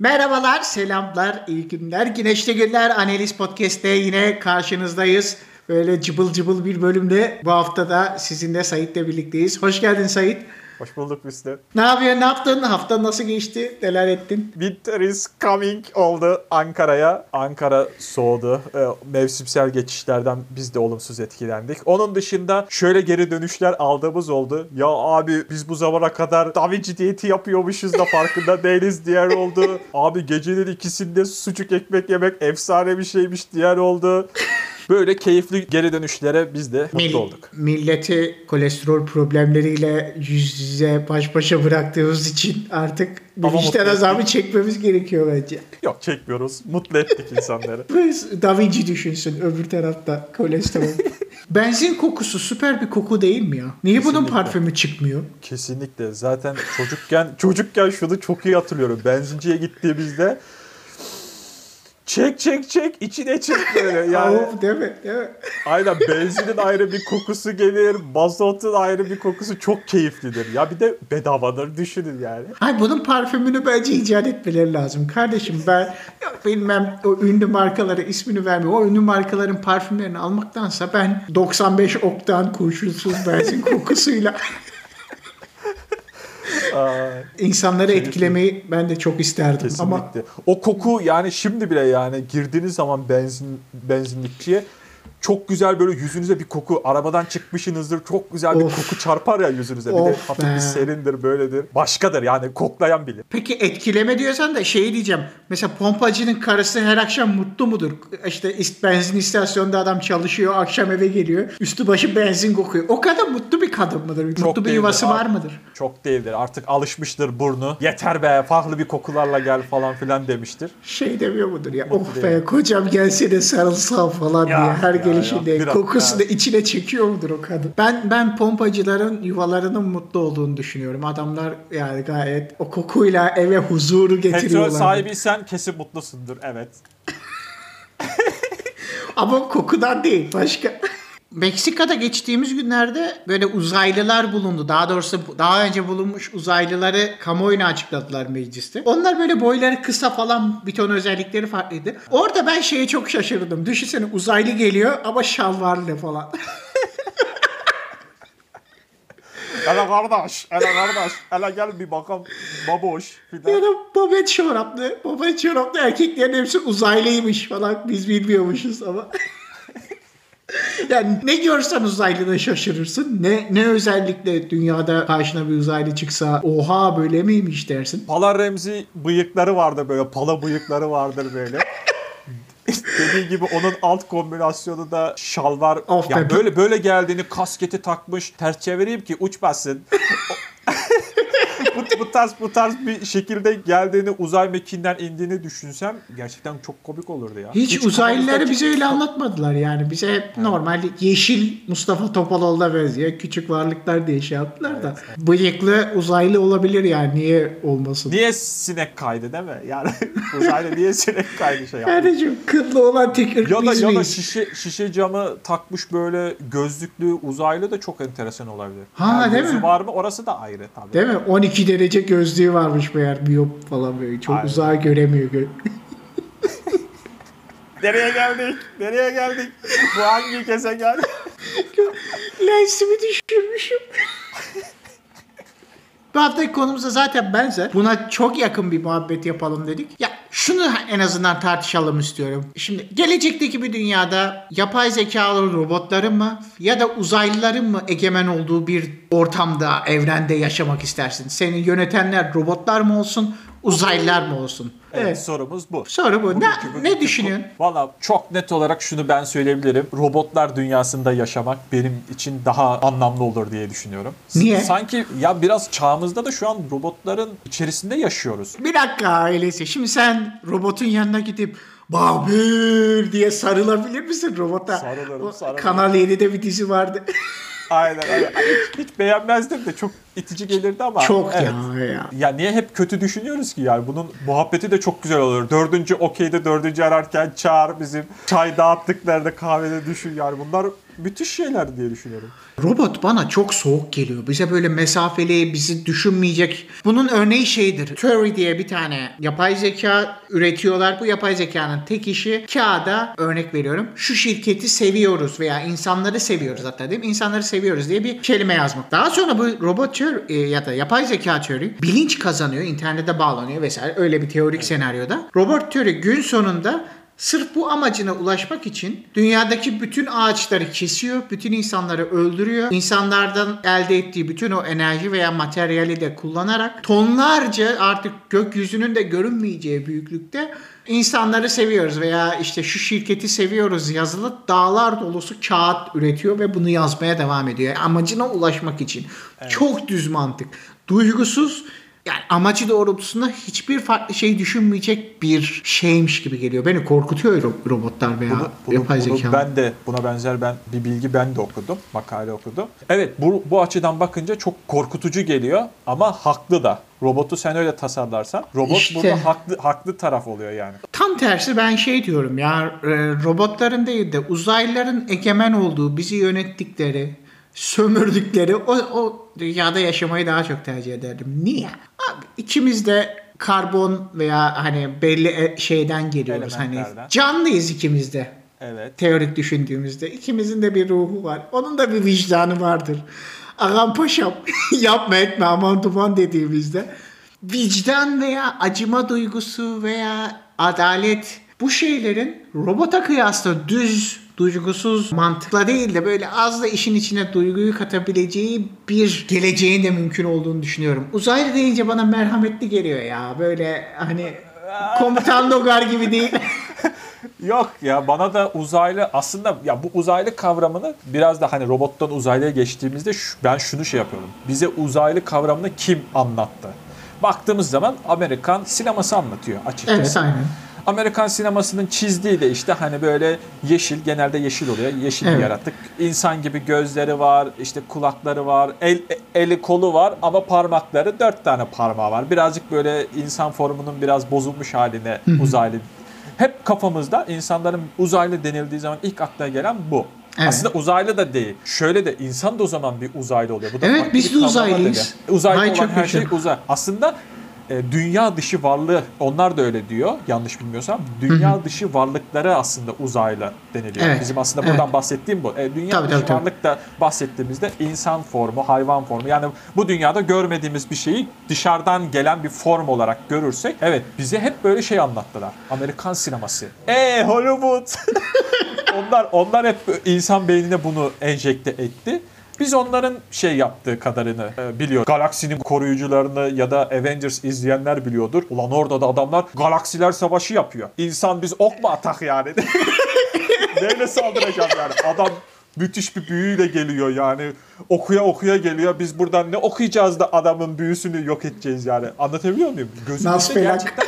Merhabalar, selamlar, iyi günler. Güneşli Günler Analiz Podcast'te yine karşınızdayız. Böyle cıbıl cıbıl bir bölümde bu hafta da sizinle Sait'le birlikteyiz. Hoş geldin Sait. Hoş bulduk Müslüm. Ne yapıyorsun, ne yaptın? Hafta nasıl geçti? Neler ettin? Winter is coming oldu Ankara'ya. Ankara soğudu. Mevsimsel geçişlerden biz de olumsuz etkilendik. Onun dışında şöyle geri dönüşler aldığımız oldu. Ya abi biz bu zamana kadar Da Vinci diyeti yapıyormuşuz da farkında değiliz diğer oldu. Abi gecenin ikisinde sucuk ekmek yemek efsane bir şeymiş diğer oldu. Böyle keyifli geri dönüşlere biz de mutlu olduk. Milleti kolesterol problemleriyle yüz yüze baş başa bıraktığımız için artık bir vicdan azabı çekmemiz gerekiyor bence. Yok çekmiyoruz. Mutlu ettik insanları. Da Vinci düşünsün öbür tarafta kolesterol. Benzin kokusu süper bir koku değil mi ya? Niye Kesinlikle. Bunun parfümü çıkmıyor? Kesinlikle. Zaten çocukken şunu çok iyi hatırlıyorum. Benzinciye gittiğimizde çek içine çek böyle yani. Değil mi? Değil mi? Aynen, benzinin ayrı bir kokusu gelir, mazotun ayrı bir kokusu, çok keyiflidir. Ya bir de bedavadır, düşünün yani. Ay bunun parfümünü bence icat etmeleri lazım. Kardeşim ben bilmem o ünlü markalara ismini vermiyorum. O ünlü markaların parfümlerini almaktansa ben 95 oktan kurşunsuz benzin kokusuyla İnsanları etkilemeyi ben de çok isterdim. Kesinlikle. Ama o koku yani şimdi bile yani girdiğiniz zaman benzinlikçiye çok güzel böyle yüzünüze bir koku, arabadan çıkmışsınızdır, çok güzel bir koku çarpar ya yüzünüze. Bir de hafif bir serindir, böyledir. Başkadır yani, koklayan bilir. Peki etkileme diyorsan da şey diyeceğim. Mesela pompacının karısı her akşam mutlu mudur? İşte benzin istasyonunda adam çalışıyor, akşam eve geliyor. Üstü başı benzin kokuyor. O kadar mutlu bir kadın mıdır? Çok mutlu bir yuvası var mıdır? Çok değildir. Artık alışmıştır burnu. Yeter be, farklı bir kokularla gel falan filan demiştir. Şey demiyor mudur ya? Mutlu be kocam gelsene sarılsam falan diye her gelişinde kokusunu da içine çekiyor mudur o kadın? Ben pompacıların yuvalarının mutlu olduğunu düşünüyorum. Adamlar yani gayet o kokuyla eve huzuru getiriyorlar. Petrol sahibiysen kesin mutlusundur, evet. Ama kokudan değil, başka. Meksika'da geçtiğimiz günlerde böyle uzaylılar bulundu. Daha doğrusu daha önce bulunmuş uzaylıları kamuoyuna açıkladılar mecliste. Onlar böyle boyları kısa falan, bir ton özellikleri farklıydı. Orada ben şeye çok şaşırdım. Düşünsene uzaylı geliyor ama şalvarlı falan. Hele kardeş, hele gel bir bakalım baboş filan. Ya da babet çoraplı erkeklerin hepsi uzaylıymış falan. Biz bilmiyormuşuz ama. Yani ne görsen uzaylıda şaşırırsın. Ne özellikle dünyada karşına bir uzaylı çıksa oha böyle miymiş dersin. Pala Remzi bıyıkları vardır böyle. Pala bıyıkları vardır böyle. Dediği gibi onun alt kombinasyonu da şalvar. Yani böyle geldiğini, kasketi takmış, ters çevireyim ki uçmasın. bu tarz bir şekilde geldiğini, uzay mekiğinden indiğini düşünsem gerçekten çok komik olurdu ya. Hiç uzaylıları bize öyle anlatmadılar yani. Bize hep normal yeşil Mustafa Topaloğlu'na benziyor. Küçük varlıklar diye şey yaptılar da. Bıyıklı uzaylı olabilir yani. Niye olmasın? Niye sinek kaydı değil mi? Yani uzaylı niye sinek kaydı şey yaptı? Yani çok kıllı olan tek ırk ya biz da miyiz? şişe camı takmış böyle gözlüklü uzaylı da çok enteresan olabilir. Ha yani değil mi? Var mı? Orası da ayrı tabii. Değil mi? 12 derece gözlüğü varmış meğer, miyop falan böyle. Çok aynen. uzağa göremiyor. Nereye geldik? Bu hangi gezegen? Lensimi düşürmüşüm. Bu haftaki konumuzda zaten benzer. Buna çok yakın bir muhabbet yapalım dedik. Ya şunu en azından tartışalım istiyorum. Şimdi gelecekteki bir dünyada yapay zekalı robotların mı ya da uzaylıların mı egemen olduğu bir ortamda, evrende yaşamak istersin? Seni yönetenler robotlar mı olsun, uzaylılar mı olsun? Evet, sorumuz bu. Soru bu. Ne düşünüyorsun? Valla çok net olarak şunu ben söyleyebilirim. Robotlar dünyasında yaşamak benim için daha anlamlı olur diye düşünüyorum. Niye? Sanki ya biraz çağımızda da şu an robotların içerisinde yaşıyoruz. Bir dakika öyleyse. Şimdi sen robotun yanına gidip Babür diye sarılabilir misin robota? Sarılırım. Kanal 7'de bir dizi vardı. Aynen. Hiç beğenmezdim de çok itici gelirdi ama. Çok evet. ya. Ya niye hep kötü düşünüyoruz ki yani? Bunun muhabbeti de çok güzel olur. Dördüncü ararken çağır, bizim çay dağıttıklarında kahvede düşün yani. Bunlar müthiş şeyler diye düşünüyorum. Robot bana çok soğuk geliyor. Bize böyle mesafeli, bizi düşünmeyecek. Bunun örneği şeydir. Turing diye bir tane yapay zeka üretiyorlar. Bu yapay zekanın tek işi kağıda, örnek veriyorum, şu şirketi seviyoruz veya insanları seviyoruz hatta, değil mi? İnsanları seviyoruz diye bir kelime yazmak. Daha sonra bu robot ya da yapay zeka teori bilinç kazanıyor, internete bağlanıyor vesaire. Öyle bir teorik senaryoda. Robot teori gün sonunda sırf bu amacına ulaşmak için dünyadaki bütün ağaçları kesiyor, bütün insanları öldürüyor. İnsanlardan elde ettiği bütün o enerji veya materyali de kullanarak tonlarca, artık gökyüzünün de görünmeyeceği büyüklükte insanları seviyoruz veya işte şu şirketi seviyoruz yazılı dağlar dolusu kağıt üretiyor ve bunu yazmaya devam ediyor. Amacına ulaşmak için. Evet. Çok düz mantık. Duygusuz, yani amacı doğrultusunda hiçbir farklı şey düşünmeyecek bir şeymiş gibi geliyor. Beni korkutuyor robotlar veya yapay zeka. Ben de buna benzer bir bilgi ben de okudum. Makale okudum. Evet, bu açıdan bakınca çok korkutucu geliyor ama haklı da. Robotu sen öyle tasarlarsan robot işte, burada haklı taraf oluyor yani. Tam tersi ben şey diyorum ya, robotların değil de uzaylıların egemen olduğu, bizi yönettikleri, sömürdükleri o dünyada yaşamayı daha çok tercih ederdim. Niye? Abi, ikimiz de karbon veya hani belli şeyden geliyoruz. Hani canlıyız ikimiz de. Evet. Teorik düşündüğümüzde ikimizin de bir ruhu var. Onun da bir vicdanı vardır. Ağam paşam yapma etme aman duman dediğimizde vicdan veya acıma duygusu veya adalet, bu şeylerin robota kıyasla düz, duygusuz, mantıkla değil de böyle az da işin içine duyguyu katabileceği bir geleceğin de mümkün olduğunu düşünüyorum. Uzaylı deyince bana merhametli geliyor ya. Böyle hani Komutan Logar gibi değil. Yok ya, bana da uzaylı aslında, ya bu uzaylı kavramını biraz da hani robottan uzaylıya geçtiğimizde ben şunu şey yapıyorum. Bize uzaylı kavramını kim anlattı? Baktığımız zaman Amerikan sineması anlatıyor açıkçası. Evet, aynen. Amerikan sinemasının çizdiği de işte hani böyle yeşil, genelde yeşil oluyor. Yeşil bir yaratık. İnsan gibi gözleri var, işte kulakları var, eli kolu var ama parmakları 4 tane parmağı var. Birazcık böyle insan formunun biraz bozulmuş haline uzaylı. Hep kafamızda insanların uzaylı denildiği zaman ilk aklına gelen bu. Evet. Aslında uzaylı da değil. Şöyle de insan da o zaman bir uzaylı oluyor. Bu da evet, biz de uzaylıyız. Uzaylı olan her şey uzay. Aslında dünya dışı varlığı, onlar da öyle diyor yanlış bilmiyorsam. Dünya dışı varlıkları aslında uzaylı deniliyor. Evet. Bizim aslında buradan bahsettiğim bu. Dünya dışı varlık da bahsettiğimizde insan formu, hayvan formu. Yani bu dünyada görmediğimiz bir şeyi dışarıdan gelen bir form olarak görürsek, evet, bize hep böyle şey anlattılar. Amerikan sineması. Hollywood. onlar hep insan beynine bunu enjekte etti. Biz onların şey yaptığı kadarını biliyoruz. Galaksinin koruyucularını ya da Avengers izleyenler biliyordur. Ulan orada da adamlar galaksiler savaşı yapıyor. İnsan biz ok mu atak yani? Neyle saldıracağım yani? Adam müthiş bir büyüyle geliyor yani. Okuya geliyor. Biz buradan ne okuyacağız da adamın büyüsünü yok edeceğiz yani. Anlatabiliyor muyum? Gözümüzde gerçekten...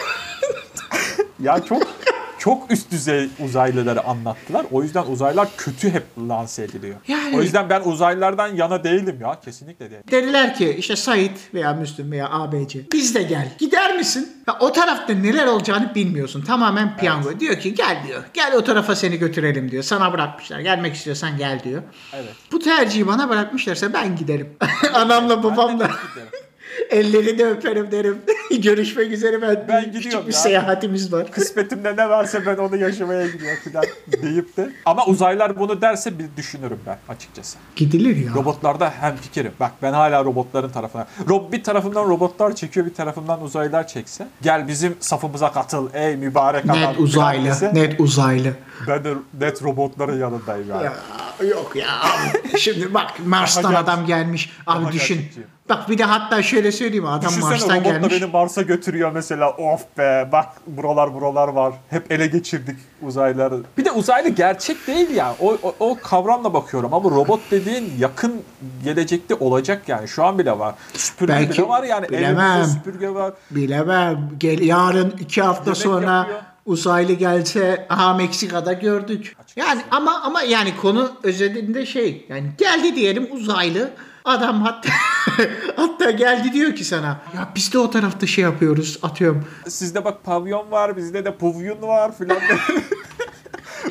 Ya çok üst düzey uzaylıları anlattılar. O yüzden uzaylılar kötü hep lanse ediliyor. Yani, o yüzden ben uzaylılardan yana değilim ya. Kesinlikle değilim. Dediler ki işte Sait veya Müslüm veya ABC, biz de gel. Gider misin? Ya, o tarafta neler olacağını bilmiyorsun. Tamamen piyango. Evet. Diyor ki gel diyor. Gel o tarafa seni götürelim diyor. Sana bırakmışlar. Gelmek istiyorsan gel diyor. Evet. Bu tercihi bana bırakmışlarsa ben giderim. Anamla babamla. Ellerini öperim derim. Görüşmek üzere, ben küçük bir seyahatimiz var. Kısmetimde ne varsa ben onu yaşamaya gidiyorum falan deyip de. Ama uzaylılar bunu derse bir düşünürüm ben açıkçası. Gidilir ya. Robotlarda hemfikirim. Bak ben hala robotların tarafına. Bir tarafımdan robotlar çekiyor, bir tarafımdan uzaylılar çekse. Gel bizim safımıza katıl ey mübarek adam. Net uzaylı. Net uzaylı. Ben de net robotların yanındayım yani. Ya, yok ya abi. Şimdi bak Mars'tan adam gelmiş. Abi düşün. Bak bir de hatta şöyle söyleyeyim, adam düşünsene, Mars'tan gelmiş. Düşünsene robotla beni Mars'a götürüyor mesela. Of be, bak buralar var. Hep ele geçirdik uzaylıları. Bir de uzaylı gerçek değil ya. O kavramla bakıyorum ama robot dediğin yakın gelecekte olacak yani. Şu an bile var. Süpürge bile var yani. Bilemem. Süpürge var. Bilemem. Yarın 2 hafta yemek sonra yapıyor. Uzaylı gelse Meksika'da gördük. Açıkçası. Yani ama yani konu özelinde şey, yani geldi diyelim uzaylı. Adam hatta geldi diyor ki sana, ya biz de o tarafta şey yapıyoruz, atıyorum. Sizde bak pavyon var, bizde de pavyon var filan.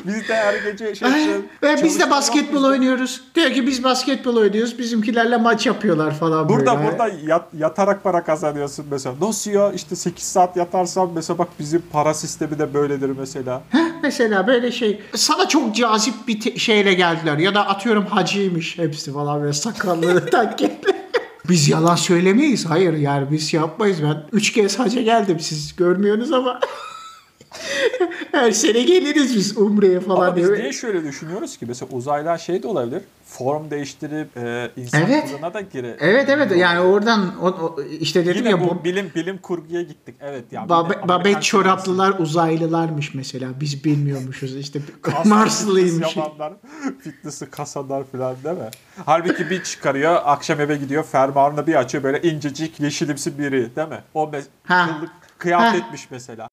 Biz de her gece Ve biz de çalışma basketbol yok oynuyoruz. Diyor ki biz basketbol oynuyoruz. Bizimkilerle maç yapıyorlar falan böyle. Burada yatarak para kazanıyorsun mesela. Nasıl ya? İşte 8 saat yatarsam mesela bak bizim para sistemi de böyledir mesela. Mesela böyle şey. Sana çok cazip bir şeyle geldiler. Ya da atıyorum hacıymış hepsi falan böyle sakallı takketli. Biz yalan söylemeyiz. Hayır yani biz yapmayız. Ben 3 kez hacca geldim. Siz görmüyorsunuz ama. Her sene geliriz biz Umre'ye falan Ama biz diye. niye şöyle düşünüyoruz ki mesela uzaylılar şey de olabilir. Form değiştirip insan Evet. kılığına da girer. Evet yani oradan işte dedim Yine ya bu bilim kurguya gittik. Evet ya. Babet çoraplılar uzaylılarmış mesela. Biz bilmiyormuşuz işte Marslıymış. Yapanlar, fitness'ı kasalar falan değil mi? Halbuki bir çıkarıyor, akşam eve gidiyor, fermuarını bir açıyor böyle incecik yeşilimsi biri değil mi? O kıyafetmiş mesela.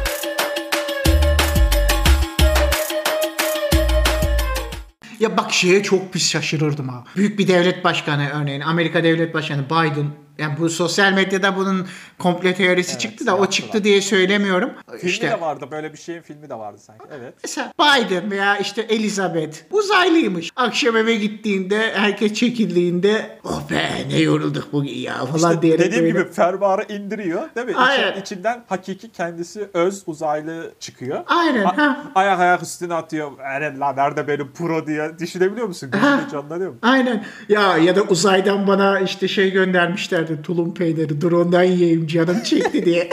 Ya bak şeye çok pis şaşırırdım ha. Büyük bir devlet başkanı örneğin Amerika devlet başkanı Biden. Yani bu sosyal medyada bunun komple teorisi çıktı da o çıktı diye söylemiyorum. Filmi de vardı, böyle bir şeyin filmi de vardı sanki. Evet. Mesela Biden veya işte Elizabeth uzaylıymış. Akşam eve gittiğinde herkes çekildiğinde oh be ne yorulduk bugün ya falan İşte diyerek dediğim böyle. gibi fermuarı indiriyor değil mi? Aynen. İçinden hakiki kendisi öz uzaylı çıkıyor. Aynen. Ayak üstüne atıyor. Nerede benim pro diye düşünebiliyor musun? Gözünde canlanıyor mu? Aynen. Ya da uzaydan bana işte şey göndermişlerdi. Tulum peyniri. Dur ondan yiyeyim canım çekti diye.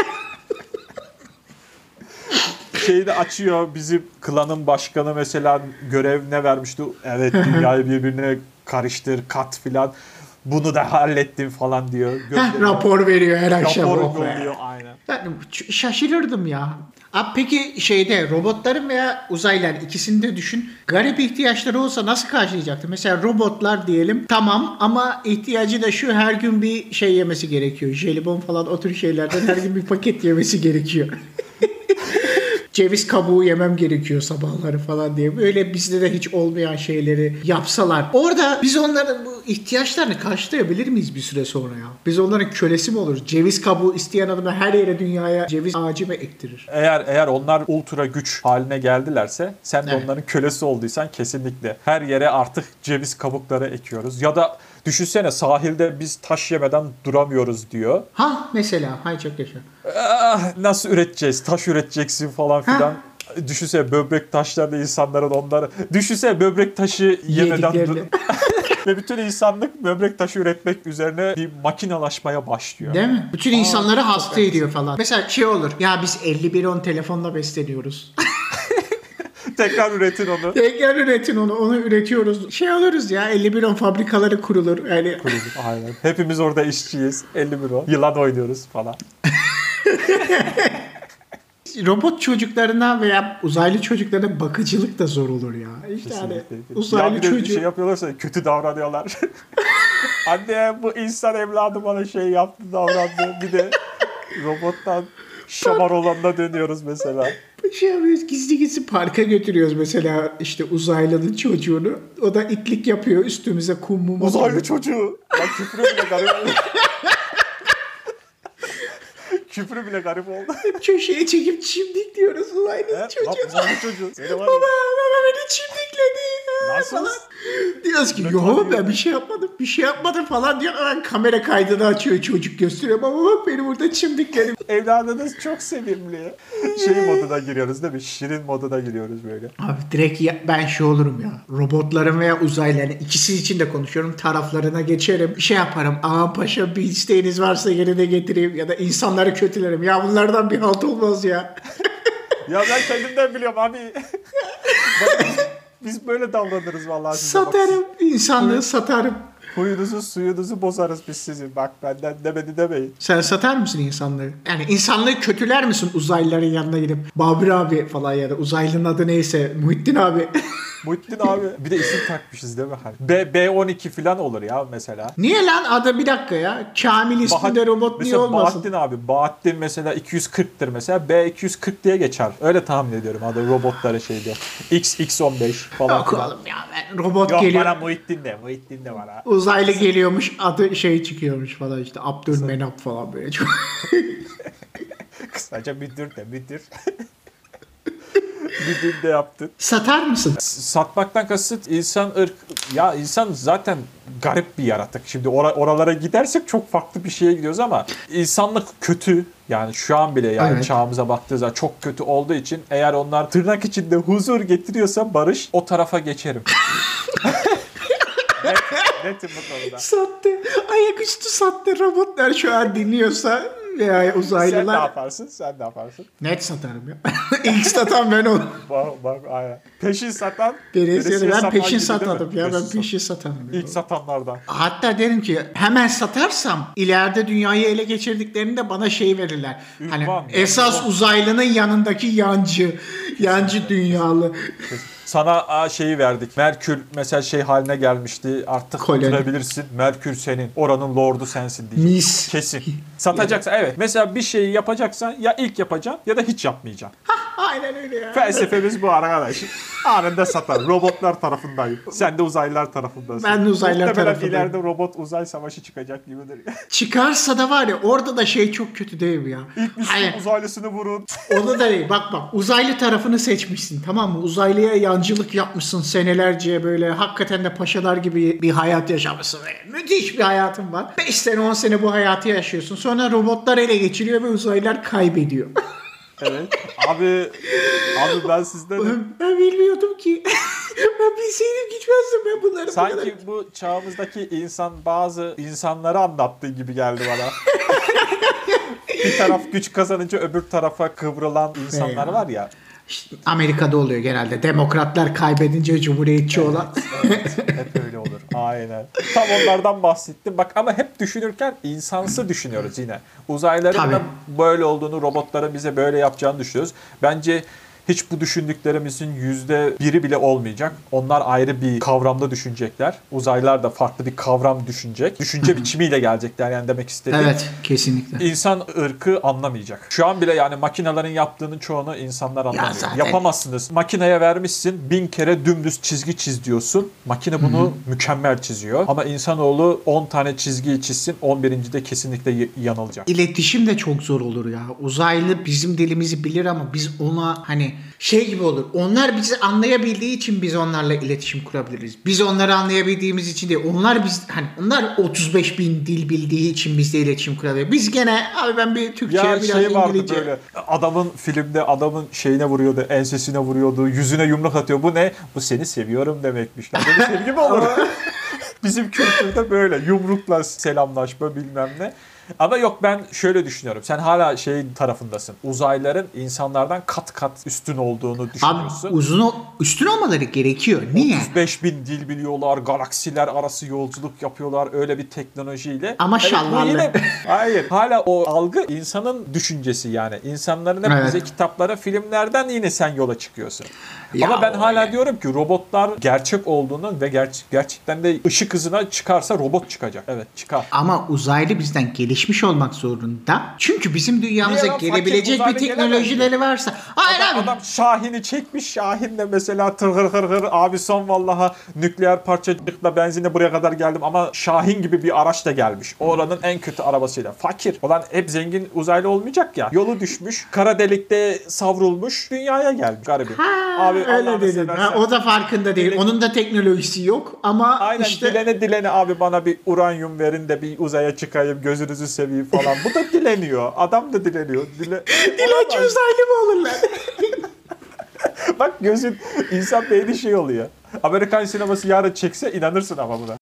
Şeyi de açıyor. Bizim klanın başkanı mesela görev ne vermişti? Evet dünyayı birbirine karıştır, kat filan. Bunu da hallettim falan diyor. Rapor veriyor her akşam. Rapor Oh be. yolluyor aynen. Yani şaşırırdım ya. Abi peki şeyde robotların veya uzaylıların ikisini de düşün. Garip ihtiyaçları olsa nasıl karşılayacaktı? Mesela robotlar diyelim tamam ama ihtiyacı da şu her gün bir şey yemesi gerekiyor. Jelibon falan o tür şeylerden her gün bir paket yemesi gerekiyor. Ceviz kabuğu yemem gerekiyor sabahları falan diye. Böyle bizde de hiç olmayan şeyleri yapsalar. Orada biz onların bu ihtiyaçlarını karşılayabilir miyiz bir süre sonra ya? Biz onların kölesi mi oluruz? Ceviz kabuğu isteyen adamı her yere dünyaya ceviz ağacı mı ektirir? Eğer onlar ultra güç haline geldilerse sen de Evet. onların kölesi olduysan kesinlikle her yere artık ceviz kabukları ekiyoruz. Ya da düşünsene sahilde biz taş yemeden duramıyoruz diyor. Mesela. Hay çok yaşa. Nasıl üreteceğiz? Taş üreteceksin falan filan. Düşünsene böbrek taşlarında insanların onları. Düşünsene böbrek taşı yemeden Yediklerini. ve bütün insanlık böbrek taşı üretmek üzerine bir makinalaşmaya başlıyor. Değil mi? Bütün insanları hasta ediyor falan. Mesela şey olur. Ya biz 5110 telefonla besleniyoruz. Tekrar üretin onu. Tekrar üretin onu. Onu üretiyoruz. Şey oluruz ya 5110 fabrikaları kurulur. Yani Aynen. Hepimiz orada işçiyiz. 51 o. Yılan oynuyoruz falan. robot çocuklarına veya uzaylı çocuklarına bakıcılık da zor olur ya. İşte hani uzaylı ya bir de çocuğu. şey yapıyorlarsa kötü davranıyorlar. Anne bu insan evladı bana şey yaptı davrandı. Bir de robottan şamar olanına dönüyoruz mesela. Şey yapıyoruz, gizli parka götürüyoruz mesela işte uzaylının çocuğunu. O da itlik yapıyor üstümüze kum mum. Uzaylı çocuğu. Ya küfrü bile garip oldu. Küfrü bile garip oldu. Köşeye çekip çimdik diyoruz uzaylının çocuğu. Uzaylı çocuğu. Seni var Baba ya. beni çimdikledi. Nasıl? Falan. Diyoruz ki yo ben bir şey yapmadım. Bir şey yapmadım falan diyor. Hemen kamera kaydını açıyor çocuk gösteriyor. Baba bak beni burada çimdikledim. Evladınız çok sevimli. Şey moduna giriyoruz değil mi? Şirin moduna giriyoruz böyle. Abi direkt ben şey olurum ya. Robotların veya uzaylıların ikisi için de konuşuyorum. Taraflarına geçerim. Şey yaparım. Ağam paşa bir isteğiniz varsa yerine getireyim. Ya da insanları kötülerim. Ya bunlardan bir halt olmaz ya. Ya ben kendimden biliyorum abi. Bak, biz böyle davranırız vallahi size. Satarım. İnsanlığı satarım. Huyunuzu suyunuzu bozarız biz sizin. Bak benden demedi demeyin. Sen satar mısın insanları? Yani insanlığı kötüler misin uzaylıların yanına gidip Babür abi falan ya da uzaylının adı neyse Muhittin abi. Muhittin abi. Bir de isim takmışız değil mi? B12 falan olur ya mesela. Niye lan adı bir dakika ya? Kamil isminde robot niye olmasın? Bahattin abi. Bahattin mesela 240'tır mesela. B240 diye geçer. Öyle tahmin ediyorum adı robotları şeyde. XX15 falan Yok filan. oğlum ya ben robot Yok geliyor. bana Muhittin de. Muhittin de bana. Uzaylı geliyormuş adı şey çıkıyormuş falan işte Abdülmenap falan böyle çok. Kısaca müdür de müdür. bir günde yaptın. Satar mısın? Satmaktan kasıt insan ya insan zaten garip bir yaratık. Şimdi oralara gidersek çok farklı bir şeye gidiyoruz ama insanlık kötü. Yani şu an bile yani Evet. çağımıza baktığı zaman çok kötü olduğu için eğer onlar tırnak içinde huzur getiriyorsa barış, o tarafa geçerim. Netim bu konuda. Sahte. Ayaküstü sahte robotlar şu an dinliyorsa veya Sen ne uzaylılar. yaparsın? Sen ne yaparsın? Net satarım ya. İlk satan ben oldum. Bak aynen. Peşin satan. Ben veresiye satan peşin gibi değil mi? satmadım ya. Ben Peşin peşin satarım. İlk satanlardan. Hatta derim ki hemen satarsam ileride dünyayı ele geçirdiklerinde bana şey verirler. Hani Ünvan. esas uzaylının yanındaki yancı dünyalı. Sana şeyi verdik. Merkür mesela şey haline gelmişti. Artık Koloni. oturabilirsin. Merkür senin. Oranın lordu sensin diyecek. Mis. Kesin. Satacaksan evet. Mesela bir şeyi yapacaksan ya ilk yapacaksın ya da hiç yapmayacaksın. Aynen öyle ya. Felsefemiz bu arkadaş. Anında satar. Robotlar tarafındayım. Sen de uzaylılar tarafındasın. Ben de uzaylılar Muhtemelen tarafındayım. ileride robot uzay savaşı çıkacak gibidir. Çıkarsa da var ya orada da şey çok kötü değil mi ya? İlk Hayır. Müslüm uzaylısını vurun. Onu da değil. Bak uzaylı tarafını seçmişsin, tamam mı? Uzaylıya yancılık yapmışsın senelerce, böyle hakikaten de paşalar gibi bir hayat yaşamışsın. Müthiş bir hayatın var. 5 sene 10 sene bu hayatı yaşıyorsun. Sonra robotlar ele geçiriyor ve uzaylılar kaybediyor. Evet. Abi ben sizden Ben bilmiyordum ki. Ben bilseydim gitmezdim ben bunları. bu kadar. sanki bu çağımızdaki bazı insanları anlattığı gibi geldi bana. Bir taraf güç kazanınca öbür tarafa kıvrılan insanlar Ya. var ya. İşte Amerika'da oluyor genelde. Demokratlar kaybedince cumhuriyetçi olan. Evet, hep öyle olur. Aynen. Tam onlardan bahsettim. Bak ama hep düşünürken insansı düşünüyoruz yine. Uzaylıların da Tabii. böyle olduğunu, robotların bize böyle yapacağını düşünüyoruz. Bence hiç bu düşündüklerimizin %1'i bile olmayacak. Onlar ayrı bir kavramda düşünecekler. Uzaylılar da farklı bir kavram düşünecek. Düşünce biçimiyle gelecekler yani demek istediğim. Evet, kesinlikle. İnsan ırkı anlamayacak. Şu an bile yani makinelerin yaptığının çoğunu insanlar anlamıyor. zaten. Yapamazsınız. Makineye vermişsin 1000 kere dümdüz çizgi çiz diyorsun. Makine bunu mükemmel çiziyor. Ama insanoğlu 10 tane çizgiyi çizsin 11. de kesinlikle yanılacak. İletişim de çok zor olur ya. Uzaylı bizim dilimizi bilir ama biz ona hani şey gibi olur. Onlar bizi anlayabildiği için biz onlarla iletişim kurabiliriz. Biz onları anlayabildiğimiz için değil. Onlar 35 bin dil bildiği için bizle iletişim kurabilir. Biz gene abi ben bir Türkçe Ya biraz şey vardı İngilizce. böyle adamın filmde adamın şeyine vuruyordu, ensesine vuruyordu, yüzüne yumruk atıyor. Bu ne? Bu seni seviyorum demekmiş. Lan böyle sevgi mi olur? Bizim kültürde böyle yumrukla selamlaşma bilmem ne. Ama yok ben şöyle düşünüyorum. Sen hala şey tarafındasın. Uzaylıların insanlardan kat kat üstün olduğunu Abi düşünüyorsun. üstün olmaları gerekiyor. Niye? 35 bin dil biliyorlar, galaksiler arası yolculuk yapıyorlar öyle bir teknolojiyle. Ama bu şalvarlı. yine- hayır, hala o algı insanın düşüncesi yani. İnsanların hep Evet. bize kitaplara, filmlerden yine sen yola çıkıyorsun. Ya Ama ben hala öyle. diyorum ki robotlar gerçek olduğunu ve gerçekten de ışık hızına çıkarsa robot çıkacak. Evet çıkar. Ama uzaylı bizden gelişmiş olmak zorunda. Çünkü bizim dünyamıza Niye lan? gelebilecek Fakir bir uzaylı teknolojileri varsa. Hayır abi. Adam Şahin'i çekmiş. Şahin de mesela tırhır hır hır abi son vallaha nükleer parçacıkla benzinle buraya kadar geldim ama Şahin gibi bir araç da gelmiş. Oranın en kötü arabasıyla. Fakir. Olan hep zengin uzaylı olmayacak ya. Yolu düşmüş. Kara delikte savrulmuş. Dünyaya gelmiş. Garibim. Abi Öyle Allah'ını dedin. seversen. O da farkında değil. Dile- Onun da teknolojisi yok ama Aynen işte dilene abi bana bir uranyum verin de bir uzaya çıkayım gözünüzü seveyim falan. Bu da dileniyor. Adam da dileniyor. dilenci uzaylı mı olurlar? Bak gözün insan beyni şey oluyor. Amerikan sineması yarın çekse inanırsın ama buna.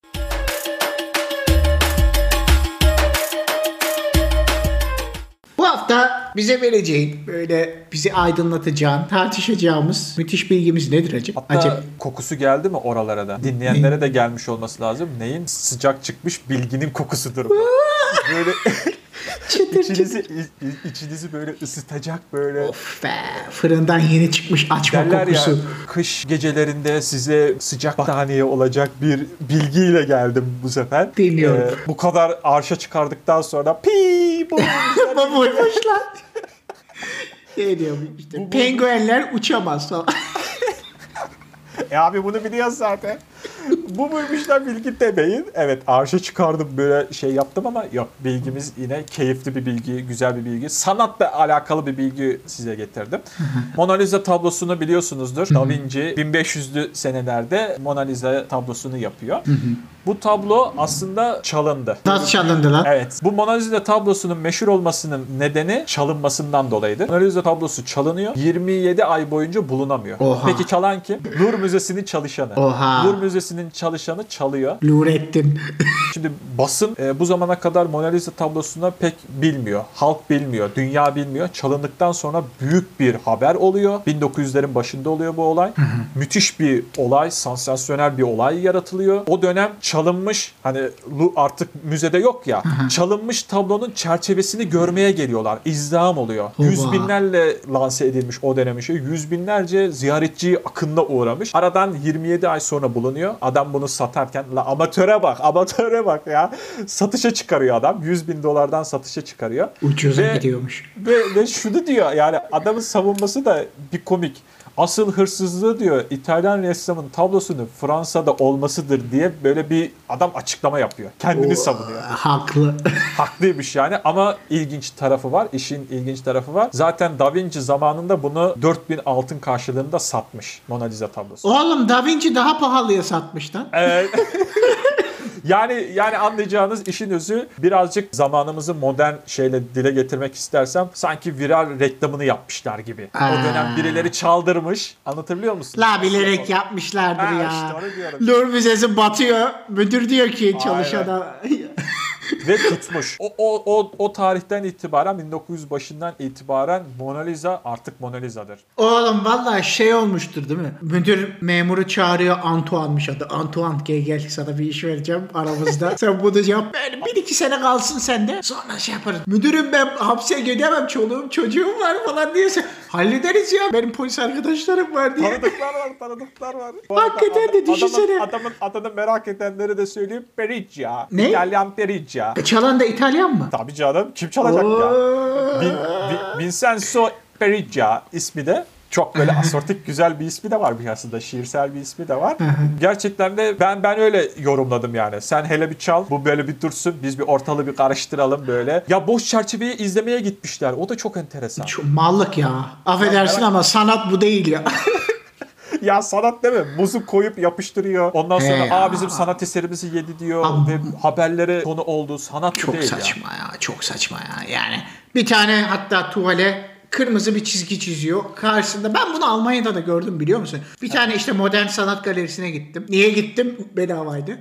Bu hafta bize vereceğin, böyle bizi aydınlatacağın, tartışacağımız müthiş bilgimiz nedir acaba? Hatta kokusu geldi mi oralara da? Dinleyenlere de gelmiş olması lazım. Neyin? Sıcak çıkmış bilginin kokusudur bu. Böyle Çıtır çıtır. içinizi böyle ısıtacak böyle. Of be, fırından yeni çıkmış açma Derler kokusu. ya kış gecelerinde size sıcak battaniye olacak bir bilgiyle geldim bu sefer. Dinliyorum. Bu kadar arşa çıkardıktan sonra bu Bu buymuş lan. Şey diyor işte, penguenler uçamaz falan. abi bunu biliyoruz zaten. Bu muymuş lan bilgi demeyin. Evet, arşa çıkardım, böyle şey yaptım ama yok, bilgimiz yine keyifli bir bilgi, güzel bir bilgi. Sanatla alakalı bir bilgi size getirdim. Mona Lisa tablosunu biliyorsunuzdur. Da Vinci 1500'lü senelerde Mona Lisa tablosunu yapıyor. Bu tablo aslında çalındı. Nasıl çalındı lan? Evet. Bu Mona Lisa tablosunun meşhur olmasının nedeni çalınmasından dolayıdır. Mona Lisa tablosu çalınıyor. 27 ay boyunca bulunamıyor. Oha. Peki çalan kim? Louvre Müzesi'nin çalışanı. Oha. Louvre Müzesi'nin çalışanı çalıyor. Nurettin. Şimdi basın bu zamana kadar Mona Lisa tablosuna pek bilmiyor. Halk bilmiyor. Dünya bilmiyor. Çalındıktan sonra büyük bir haber oluyor. 1900'lerin başında oluyor bu olay. Müthiş bir olay. Sansasyonel bir olay yaratılıyor. O dönem çalınmış, hani artık müzede yok ya, çalınmış tablonun çerçevesini görmeye geliyorlar. İzdiham oluyor. Oba. Yüz binlerle lanse edilmiş o dönem işi. Yüz binlerce ziyaretçi akınına uğramış. Aradan 27 ay sonra bulunuyor. Adam bunu satarken, la amatöre bak ya. Satışa çıkarıyor adam. $100.000'dan satışa çıkarıyor. Ucuza gidiyormuş. Ve şunu diyor, yani adamın savunması da bir komik. Asıl hırsızlığı diyor İtalyan ressamın tablosunun Fransa'da olmasıdır diye böyle bir adam açıklama yapıyor. Kendini savunuyor. Haklı. Haklıymış yani, ama ilginç tarafı var. İşin ilginç tarafı var. Zaten Da Vinci zamanında bunu 4000 altın karşılığında satmış, Mona Lisa tablosu. Oğlum Da Vinci daha pahalıya satmış lan. Evet. Yani anlayacağınız işin özü, birazcık zamanımızı modern şeyle dile getirmek istersem sanki viral reklamını yapmışlar gibi. O dönem birileri çaldırmış. Anlatabiliyor musun? La bilerek yapmışlardır ya. İşte onu diyorum. Louvre Müzesi batıyor. Müdür diyor ki çalışana. Ve tutmuş. O tarihten itibaren, 1900 başından itibaren Mona Lisa artık Mona Lisa'dır. Oğlum vallahi şey olmuştur değil mi? Müdür memuru çağırıyor, Antoine'mış adı. Antoine gel sana bir iş vereceğim aramızda. Sen bunu yap. Ben 1-2 sene kalsın sende. Sonra şey yaparız. Müdürüm ben hapse gidemem. Çoluğum çocuğum var falan diyorsa. Hallederiz ya. Benim polis arkadaşlarım var diye. Tanıdıklar var. Hakikaten de düşünsene. Adamın adını merak edenleri de söyleyeyim. Perugia. Ne? İtalyan Perugia. Çalan da İtalyan mı? Tabii canım. Kim çalacak ya? Vincenzo Perugia ismi de çok böyle asortik güzel bir ismi de var aslında. Şiirsel bir ismi de var. Gerçekten de ben öyle yorumladım yani. Sen hele bir çal, bu böyle bir dursun. Biz bir ortalığı bir karıştıralım böyle. Ya boş çerçeveyi izlemeye gitmişler. O da çok enteresan. Çok mallık ya. Affedersin ama sanat bu değil ya. Ya sanat değil mi? Muzu koyup yapıştırıyor. Ondan sonra bizim sanat eserimizi yedi diyor. Ve haberlere konu oldu. Sanat çok değil saçma ya. Çok saçma ya. Yani bir tane hatta tuvale kırmızı bir çizgi çiziyor. Karşısında ben bunu Almanya'da da gördüm biliyor musun? Bir tane işte modern sanat galerisine gittim. Niye gittim? Bedavaydı.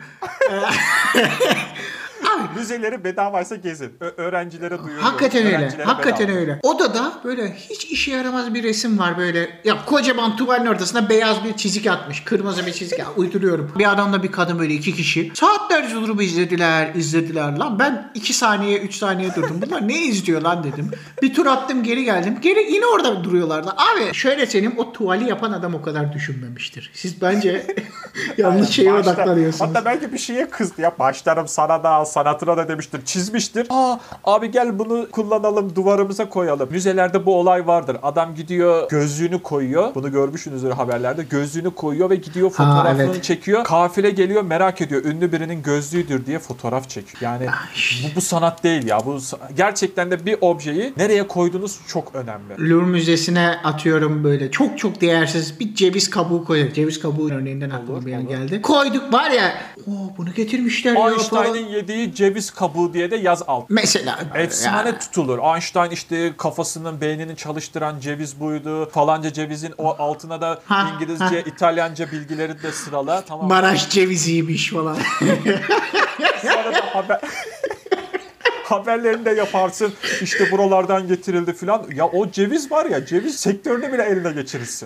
Müzeleri bedavaysa gezin. Öğrencilere duyuruyorum. Hakikaten öyle. Öğrencilere Hakikaten bedava. öyle. Odada böyle hiç işe yaramaz bir resim var böyle. Ya kocaman tuvalin ortasına beyaz bir çizik atmış. Kırmızı bir çizik. Ya, uyduruyorum. Bir adamla bir kadın böyle 2 kişi. Saatlerce durup izlediler. Lan ben 2 saniye 3 saniye durdum. Bunlar ne izliyor lan dedim. Bir tur attım geri geldim. Yine orada duruyorlardı. Abi şöyle senin o tuvali yapan adam o kadar düşünmemiştir. Siz bence yanlış şeye odaklanıyorsunuz. Hatta belki bir şeye kızdı ya. Başlarım sana da sanatına da demiştir. Çizmiştir. Abi gel bunu kullanalım, duvarımıza koyalım. Müzelerde bu olay vardır. Adam gidiyor, gözlüğünü koyuyor. Bunu görmüşsünüzdür haberlerde. Gözlüğünü koyuyor ve gidiyor fotoğrafını çekiyor. Kafile geliyor, merak ediyor. Ünlü birinin gözlüğüdür diye fotoğraf çekiyor. Yani bu sanat değil ya. Bu gerçekten de bir objeyi nereye koyduğunuz çok önemli. Louvre Müzesi'ne atıyorum böyle çok çok değersiz bir ceviz kabuğu koyduk. Ceviz kabuğu örneğinden aklıma bir yer geldi. Koyduk var ya. Bunu getirmişler ya Einstein'ın falan. yediği ceviz kabuğu diye de yaz alt. Mesela. Efsane yani. tutulur. Einstein işte kafasının beynini çalıştıran ceviz buydu. Falanca cevizin o altına da İngilizce, İtalyanca bilgileri de sırala. Tamam. Maraş ceviziymiş falan. Sonra da haberlerini de yaparsın. İşte buralardan getirildi filan. Ya o ceviz var ya, ceviz sektörünü bile eline geçirirsin.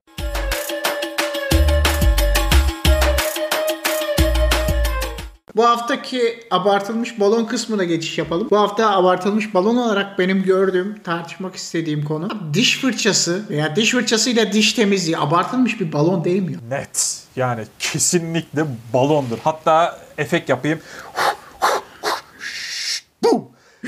Bu haftaki abartılmış balon kısmına geçiş yapalım. Bu hafta abartılmış balon olarak benim gördüğüm, tartışmak istediğim konu diş fırçası veya diş fırçasıyla diş temizliği abartılmış bir balon değil mi? Net. Yani kesinlikle balondur. Hatta efekt yapayım. Boom.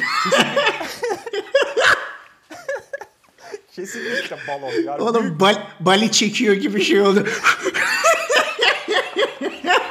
Kesinlikle balon. Yani Oğlum bali çekiyor gibi şey oldu.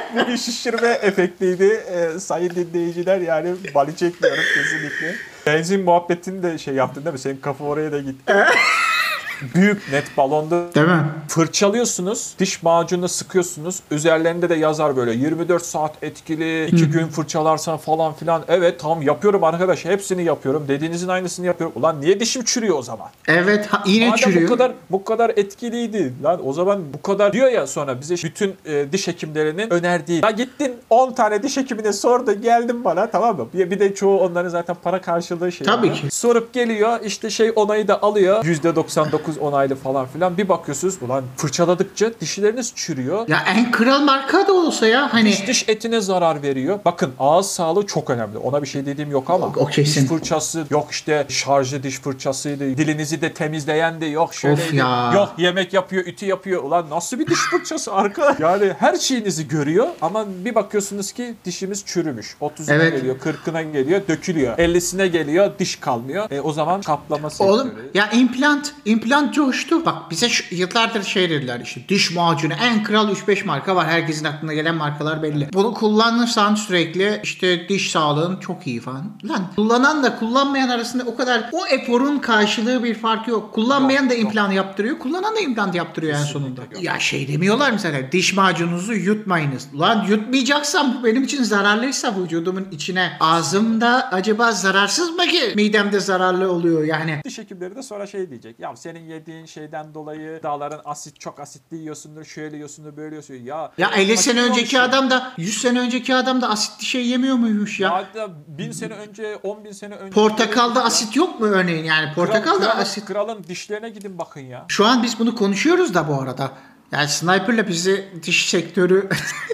Bu bir şişirme efektiydi. Sayın dinleyiciler, yani bali çekmiyorum kesinlikle. Benzin muhabbetini de şey yaptın değil mi? Senin kafa oraya da gitti. Büyük net balonda Değil mi? fırçalıyorsunuz, diş macununa sıkıyorsunuz. Üzerlerinde de yazar böyle 24 saat etkili, 2 gün fırçalarsan falan filan. Evet tamam, yapıyorum arkadaş, hepsini yapıyorum. Dediğinizin aynısını yapıyorum. Ulan niye dişim çürüyor o zaman? Evet, yine Madem çürüyor. bu kadar etkiliydi lan, o zaman bu kadar diyor ya, sonra bize bütün diş hekimlerinin önerdiği. Ya gittin 10 tane diş hekimine sordu, geldin bana, tamam mı? Bir de çoğu onların zaten para karşılığı şey. Tabii var. ki. Sorup geliyor işte, şey onayı da alıyor. %99 onaylı falan filan. Bir bakıyorsunuz ulan fırçaladıkça dişleriniz çürüyor. Ya en kral marka da olsa ya hani. Diş etine zarar veriyor. Bakın, ağız sağlığı çok önemli. Ona bir şey dediğim yok ama. O kesin. Diş fırçası yok, işte şarjlı diş fırçasıydı. Dilinizi de temizleyen de yok. Şöyle Of ya. yok, yemek yapıyor, ütü yapıyor. Ulan nasıl bir diş fırçası arkadaş? Yani her şeyinizi görüyor ama bir bakıyorsunuz ki dişimiz çürümüş. 30'una Evet. geliyor, 40'ına geliyor, dökülüyor. 50'sine geliyor, diş kalmıyor. O zaman kaplama sektörü. Oğlum ya implant coştu. Bak bize yıllardır şey dediler, işte diş macunu en kral 3-5 marka var. Herkesin aklına gelen markalar belli. Bunu kullanırsan sürekli işte diş sağlığın çok iyi falan. Lan kullanan da kullanmayan arasında o kadar, o eforun karşılığı bir fark yok. Kullanmayan da implant yaptırıyor. Kullanan da implant yaptırıyor en sonunda. Ya şey demiyorlar mesela, diş macununuzu yutmayınız. Lan yutmayacaksam, bu benim için zararlıysa vücudumun içine, ağzımda acaba zararsız mı ki midemde zararlı oluyor yani. Diş hekimleri de sonra şey diyecek. Ya senin yediğin şeyden dolayı dağların çok asitli yiyorsundur, şöyle yiyorsundur, böyle yiyorsun. Ya 50 sene makine önceki olmuş ya. adam da 100 sene önceki adam da asitli şey yemiyor muymuş ya? Hatta 1000 sene önce, 10.000 sene önce. Portakalda asit yok mu örneğin, yani portakalda asit. Kralın dişlerine gidin bakın ya. Şu an biz bunu konuşuyoruz da bu arada. Yani Sniper'la bizi diş sektörü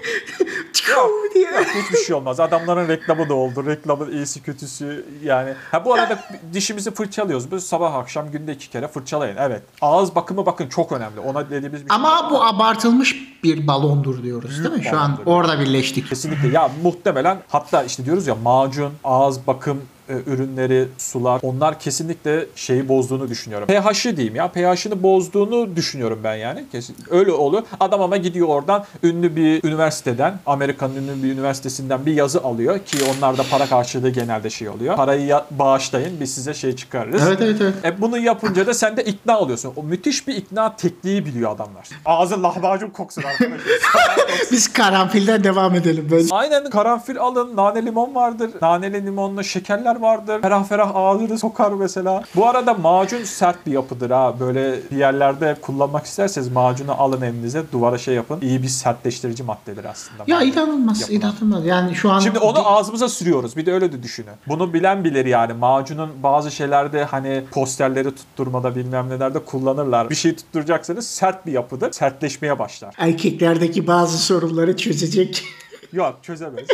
diye. Yok, hiçbir şey olmaz. Adamların reklamı da oldu. Reklamın iyisi kötüsü yani. Bu arada dişimizi fırçalıyoruz. Biz sabah akşam günde 2 kere fırçalayın. Evet. Ağız bakımı bakın çok önemli. Ona dediğimiz bir şey Ama var. bu abartılmış bir balondur diyoruz değil mi? Şu an balondur. orada birleştik. Kesinlikle. Ya muhtemelen, hatta işte diyoruz ya, macun, ağız bakım ürünleri, sular, onlar kesinlikle şeyi bozduğunu düşünüyorum. pH'ı diyeyim ya. pH'ını bozduğunu düşünüyorum ben yani. Kesin öyle oluyor. Adam ama gidiyor oradan ünlü bir üniversiteden, Amerika'nın ünlü bir üniversitesinden bir yazı alıyor ki onlarda para karşılığı genelde şey oluyor. Parayı bağışlayın, biz size şey çıkarırız. Evet. Bunu yapınca da sen de ikna oluyorsun. O müthiş bir ikna tekniği biliyor adamlar. Ağzın lahmacun koksun arkadaşlar. Biz karanfilden devam edelim bence. Aynen, karanfil alın, nane limon vardır. Naneli limonlu şekerler vardır. Ferah ferah ağzını sokar mesela. Bu arada macun sert bir yapıdır ha. Böyle bir yerlerde kullanmak isterseniz macunu alın elinize, duvara şey yapın. İyi bir sertleştirici maddedir aslında. Ya inanılmaz. Yani şu an... Şimdi onu ağzımıza sürüyoruz. Bir de öyle de düşünün. Bunu bilen bilir yani. Macunun bazı şeylerde, hani posterleri tutturmada bilmem nelerde kullanırlar. Bir şey tutturacaksanız sert bir yapıdır. Sertleşmeye başlar. Erkeklerdeki bazı sorunları çözecek Yok, çözemez.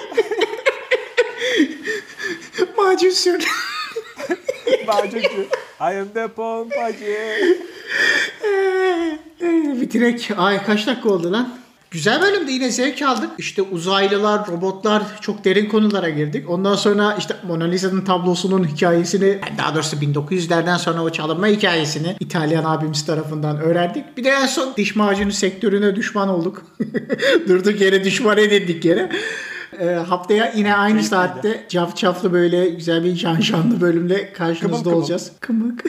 macun sür. Macuncu. I am the pompacı. Bitirek. Ay kaç dakika oldu lan? Güzel bölümde, yine zevk aldık. İşte uzaylılar, robotlar, çok derin konulara girdik. Ondan sonra işte Mona Lisa'nın tablosunun hikayesini, daha doğrusu 1900'lerden sonra o çalınma hikayesini İtalyan abimiz tarafından öğrendik. Bir de en son diş macunu sektörüne düşman olduk. Durduk yere düşman edindik yere. Haftaya yine aynı saatte cafcaflı böyle güzel bir şanlı bölümle karşınızda Kımıl olacağız. Kımık.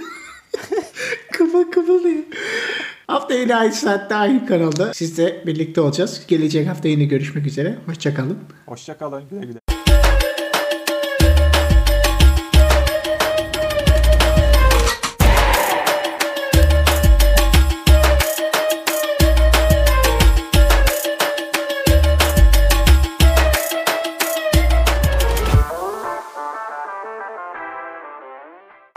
Kımıl diye. Hafta yine aynı saatte aynı kanalda sizle birlikte olacağız. Gelecek hafta yine görüşmek üzere. Hoşçakalın. Hoşça kalın. Güle güle.